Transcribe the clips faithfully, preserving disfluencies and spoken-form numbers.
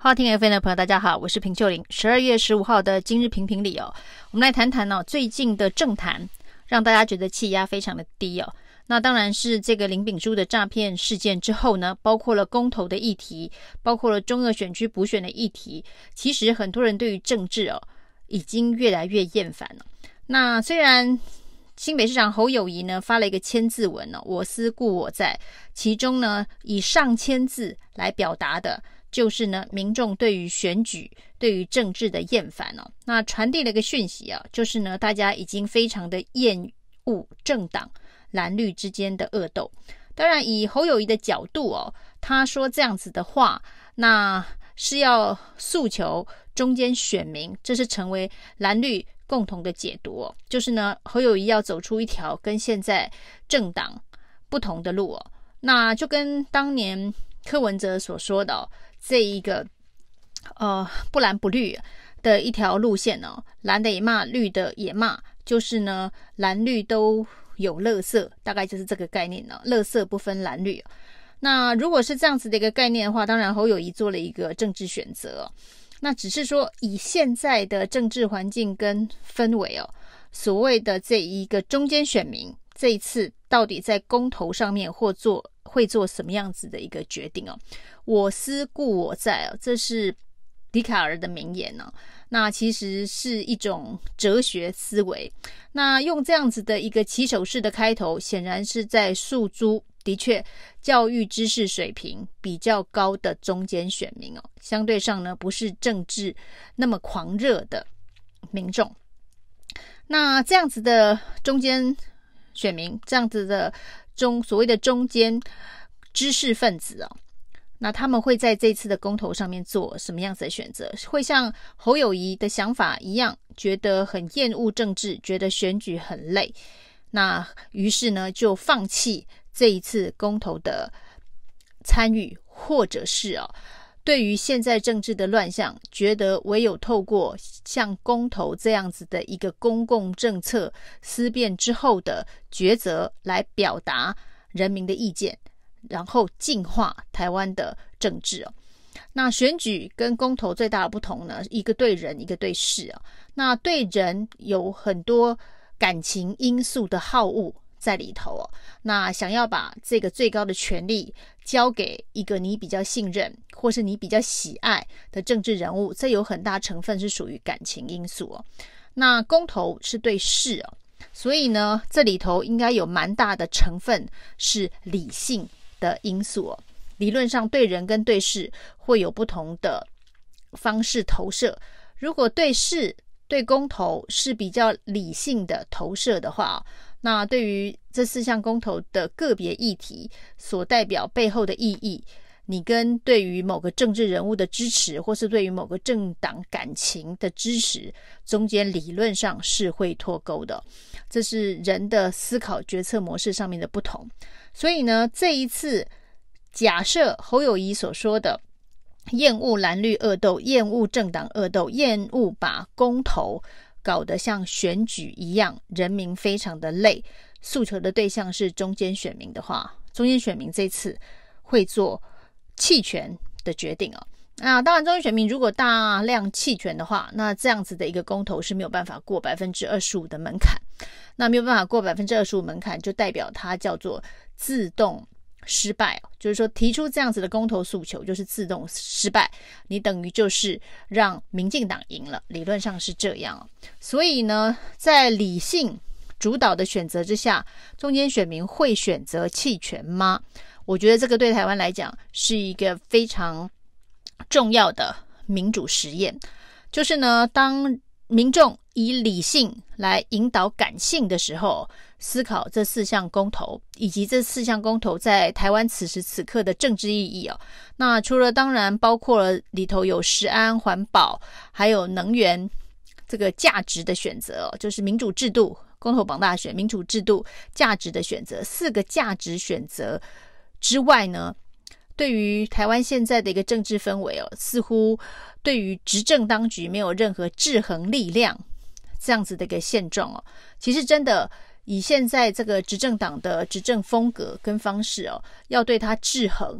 花听 F M 的朋友大家好，我是平秀玲。十二月十五号的今日评评里哦，我们来谈谈哦，最近的政坛让大家觉得气压非常的低哦。那当然是这个林秉樞的诈骗事件之后呢，包括了公投的议题，包括了中二选区补选的议题，其实很多人对于政治哦已经越来越厌烦了。那虽然新北市长侯友宜呢发了一个千字文哦，我思故我在，其中呢以上千字来表达的就是呢民众对于选举对于政治的厌烦哦。那传递了一个讯息啊，就是呢大家已经非常的厌恶政党蓝绿之间的恶斗。当然以侯友宜的角度哦，他说这样子的话，那是要诉求中间选民，这是成为蓝绿共同的解读哦，就是呢侯友宜要走出一条跟现在政党不同的路哦。那就跟当年柯文哲所说的哦，这一个呃不蓝不绿的一条路线哦，蓝的也骂，绿的也骂，就是呢蓝绿都有垃圾，大概就是这个概念呢，垃圾不分蓝绿。那如果是这样子的一个概念的话，当然侯友宜做了一个政治选择哦。那只是说以现在的政治环境跟氛围哦，所谓的这一个中间选民这一次到底在公投上面或做会做什么样子的一个决定哦？我思故我在哦，这是笛卡尔的名言哦。那其实是一种哲学思维。那用这样子的一个起手式的开头，显然是在诉诸的确教育知识水平比较高的中间选民哦，相对上呢不是政治那么狂热的民众。那这样子的中间选民，这样子的中所谓的中间知识分子哦，那他们会在这次的公投上面做什么样子的选择？会像侯友宜的想法一样，觉得很厌恶政治，觉得选举很累，那于是呢就放弃这一次公投的参与，或者是哦，对于现在政治的乱象，觉得唯有透过像公投这样子的一个公共政策思辨之后的抉择来表达人民的意见，然后净化台湾的政治哦。那选举跟公投最大的不同呢，一个对人，一个对事啊。那对人有很多感情因素的好恶在里头哦，那想要把这个最高的权力交给一个你比较信任或是你比较喜爱的政治人物，这有很大成分是属于感情因素哦。那公投是对事哦，所以呢这里头应该有蛮大的成分是理性的因素哦。理论上对人跟对事会有不同的方式投射，如果对事对公投是比较理性的投射的话，那对于这四项公投的个别议题所代表背后的意义，你跟对于某个政治人物的支持，或是对于某个政党感情的支持，中间理论上是会脱钩的。这是人的思考决策模式上面的不同。所以呢，这一次假设侯友宜所说的厌恶蓝绿恶斗，厌恶政党恶斗，厌恶把公投搞得像选举一样，人民非常的累，诉求的对象是中间选民的话，中间选民这次会做弃权的决定哦。那当然中间选民如果大量弃权的话，那这样子的一个公投是没有办法过 百分之二十五 的门槛。那没有办法过 百分之二十五 门槛，就代表它叫做自动失败，就是说提出这样子的公投诉求就是自动失败，你等于就是让民进党赢了，理论上是这样。所以呢，在理性主导的选择之下，中间选民会选择弃权吗？我觉得这个对台湾来讲是一个非常重要的民主实验，就是呢，当民众以理性来引导感性的时候，思考这四项公投以及这四项公投在台湾此时此刻的政治意义哦。那除了当然包括了里头有食安环保，还有能源这个价值的选择哦，就是民主制度，公投榜大选，民主制度价值的选择，四个价值选择之外呢，对于台湾现在的一个政治氛围哦，似乎对于执政当局没有任何制衡力量这样子的一个现状哦。其实真的以现在这个执政党的执政风格跟方式哦，要对它制衡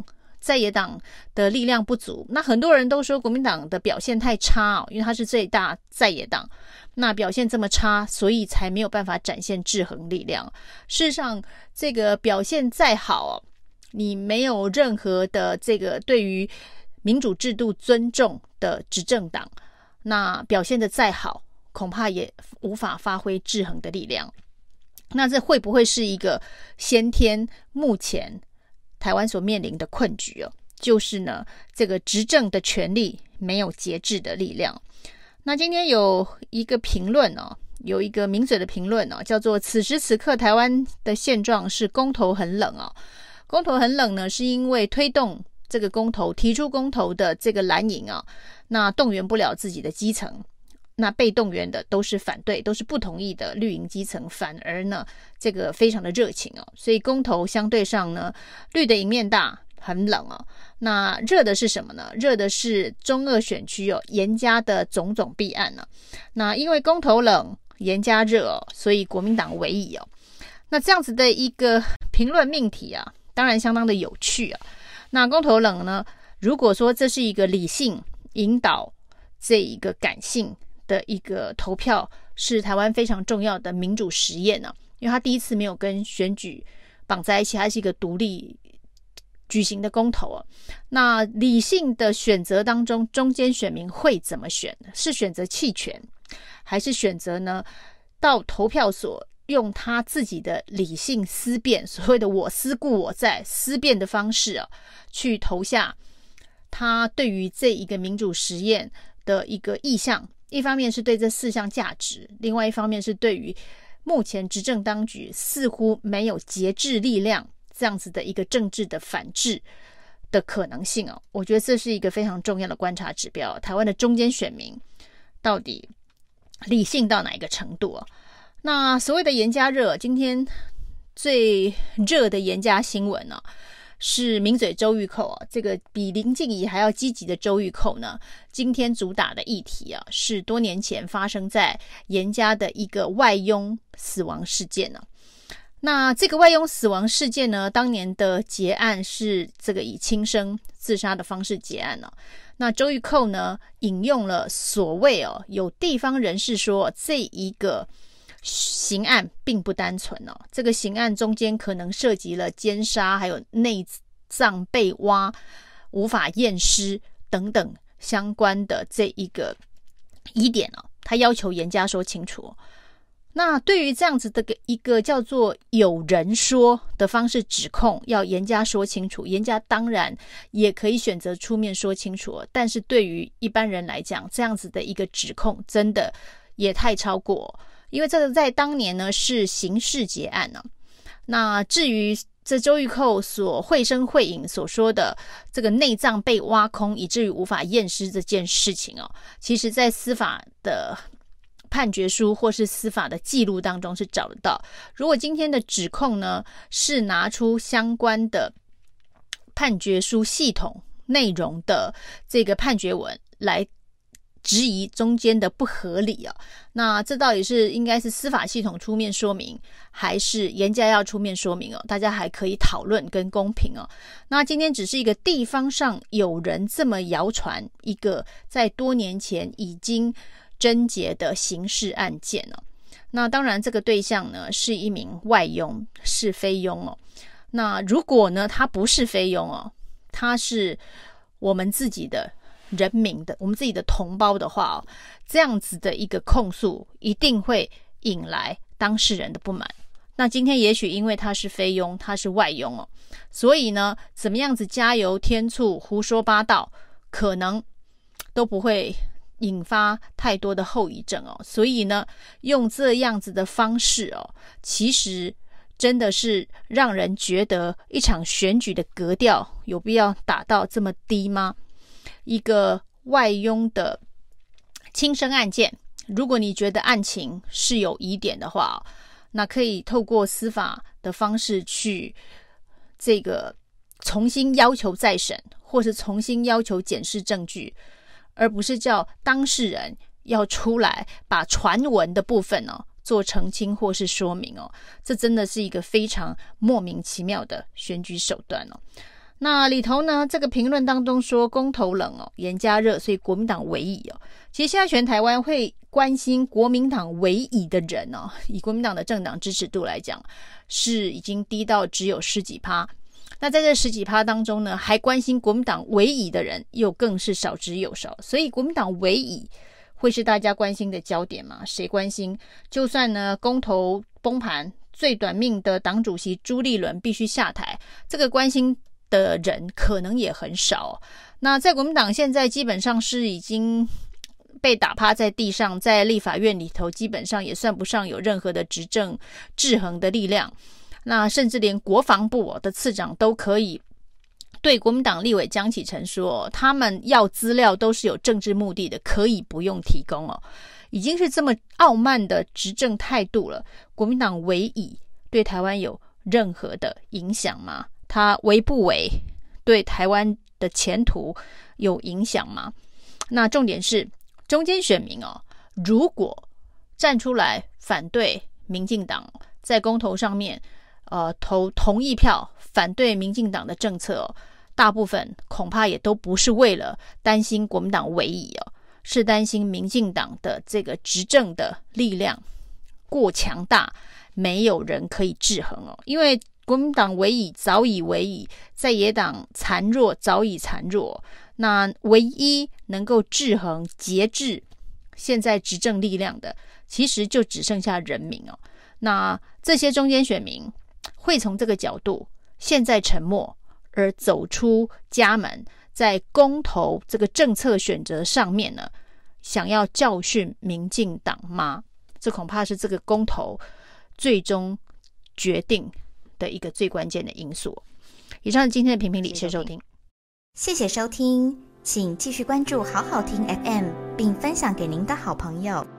在野党的力量不足，那很多人都说国民党的表现太差哦，因为它是最大在野党，那表现这么差，所以才没有办法展现制衡力量。事实上，这个表现再好哦，你没有任何的这个对于民主制度尊重的执政党，那表现的再好，恐怕也无法发挥制衡的力量。那这会不会是一个先天目前台湾所面临的困局哦？就是呢，这个执政的权力没有节制的力量。那今天有一个评论哦，有一个名嘴的评论哦，叫做此时此刻台湾的现状是公投很冷哦。公投很冷呢，是因为推动这个公投提出公投的这个蓝营啊，那动员不了自己的基层，那被动员的都是反对，都是不同意的绿营基层，反而呢这个非常的热情哦，所以公投相对上呢绿的赢面大，很冷哦。那热的是什么呢？热的是中二选区哦，严家的种种弊案呢、啊。那因为公投冷，严家热哦，所以国民党为矣哦。那这样子的一个评论命题啊，当然相当的有趣啊。那公投冷呢，如果说这是一个理性引导这一个感性的一个投票，是台湾非常重要的民主实验呢、啊，因为它第一次没有跟选举绑在一起，它是一个独立举行的公投啊。那理性的选择当中，中间选民会怎么选？是选择弃权，还是选择呢到投票所用他自己的理性思辨，所谓的我思故我在思辨的方式啊，去投下他对于这一个民主实验的一个意向？一方面是对这四项价值，另外一方面是对于目前执政当局似乎没有节制力量这样子的一个政治的反制的可能性哦。我觉得这是一个非常重要的观察指标，台湾的中间选民到底理性到哪一个程度哦？那所谓的严家热，今天最热的严家新闻呢、啊，是名嘴周玉蔻啊，这个比林静怡还要积极的周玉蔻呢，今天主打的议题啊，是多年前发生在严家的一个外佣死亡事件呢、啊。那这个外佣死亡事件呢，当年的结案是这个以轻生自杀的方式结案呢、啊。那周玉蔻呢，引用了所谓哦，有地方人士说这一个刑案并不单纯哦，这个刑案中间可能涉及了奸杀，还有内脏被挖、无法验尸等等相关的这一个疑点哦，他要求严家说清楚、哦。那对于这样子的一个叫做有人说的方式指控，要严家说清楚，严家当然也可以选择出面说清楚、哦，但是对于一般人来讲，这样子的一个指控真的也太超过、哦。因为这个在当年呢是刑事结案呢、啊，那至于这周玉蔻所绘声绘影所说的这个内脏被挖空以至于无法验尸这件事情哦，其实在司法的判决书或是司法的记录当中是找得到。如果今天的指控呢是拿出相关的判决书系统内容的这个判决文来质疑中间的不合理啊，那这到底是应该是司法系统出面说明，还是严家要出面说明哦？大家还可以讨论跟公平哦。那今天只是一个地方上有人这么谣传一个在多年前已经侦结的刑事案件哦。那当然这个对象呢是一名外佣，是菲佣哦。那如果呢他不是菲佣哦，他是我们自己的人民的，我们自己的同胞的话哦，这样子的一个控诉一定会引来当事人的不满。那今天也许因为他是菲佣，他是外佣哦，所以呢怎么样子加油添醋胡说八道可能都不会引发太多的后遗症哦。所以呢用这样子的方式哦，其实真的是让人觉得一场选举的格调有必要打到这么低吗？一个外佣的轻生案件，如果你觉得案情是有疑点的话，那可以透过司法的方式去这个重新要求再审，或是重新要求检视证据，而不是叫当事人要出来把传闻的部分哦做澄清或是说明哦。这真的是一个非常莫名其妙的选举手段哦。 那里头呢，这个评论当中说公投冷哦，盐加热，所以国民党为矣哦。其实现在全台湾会关心国民党为矣的人哦，以国民党的政党支持度来讲，是已经低到只有十几趴。那在这十几趴当中呢，还关心国民党为矣的人又更是少之又少。所以国民党为矣会是大家关心的焦点吗？谁关心？就算呢公投崩盘，最短命的党主席朱立伦必须下台，这个关心的人可能也很少。那在国民党现在基本上是已经被打趴在地上，在立法院里头基本上也算不上有任何的执政制衡的力量。那甚至连国防部的次长都可以对国民党立委江启臣说，他们要资料都是有政治目的的，可以不用提供哦。已经是这么傲慢的执政态度了，国民党为矣对台湾有任何的影响吗？他为不为对台湾的前途有影响吗？那重点是中间选民哦，如果站出来反对民进党在公投上面呃投同意票反对民进党的政策哦，大部分恐怕也都不是为了担心国民党为矣哦，是担心民进党的这个执政的力量过强大，没有人可以制衡哦。因为国民党为矣早已为矣，在野党残弱早已残弱，那唯一能够制衡节制现在执政力量的，其实就只剩下人民哦。那这些中间选民会从这个角度现在沉默而走出家门，在公投这个政策选择上面呢，想要教训民进党吗？这恐怕是这个公投最终决定的一个最关键的因素。以上是今天的评评理，谢谢收听。 谢谢收听，请继续关注好好听 F M， 并分享给您的好朋友。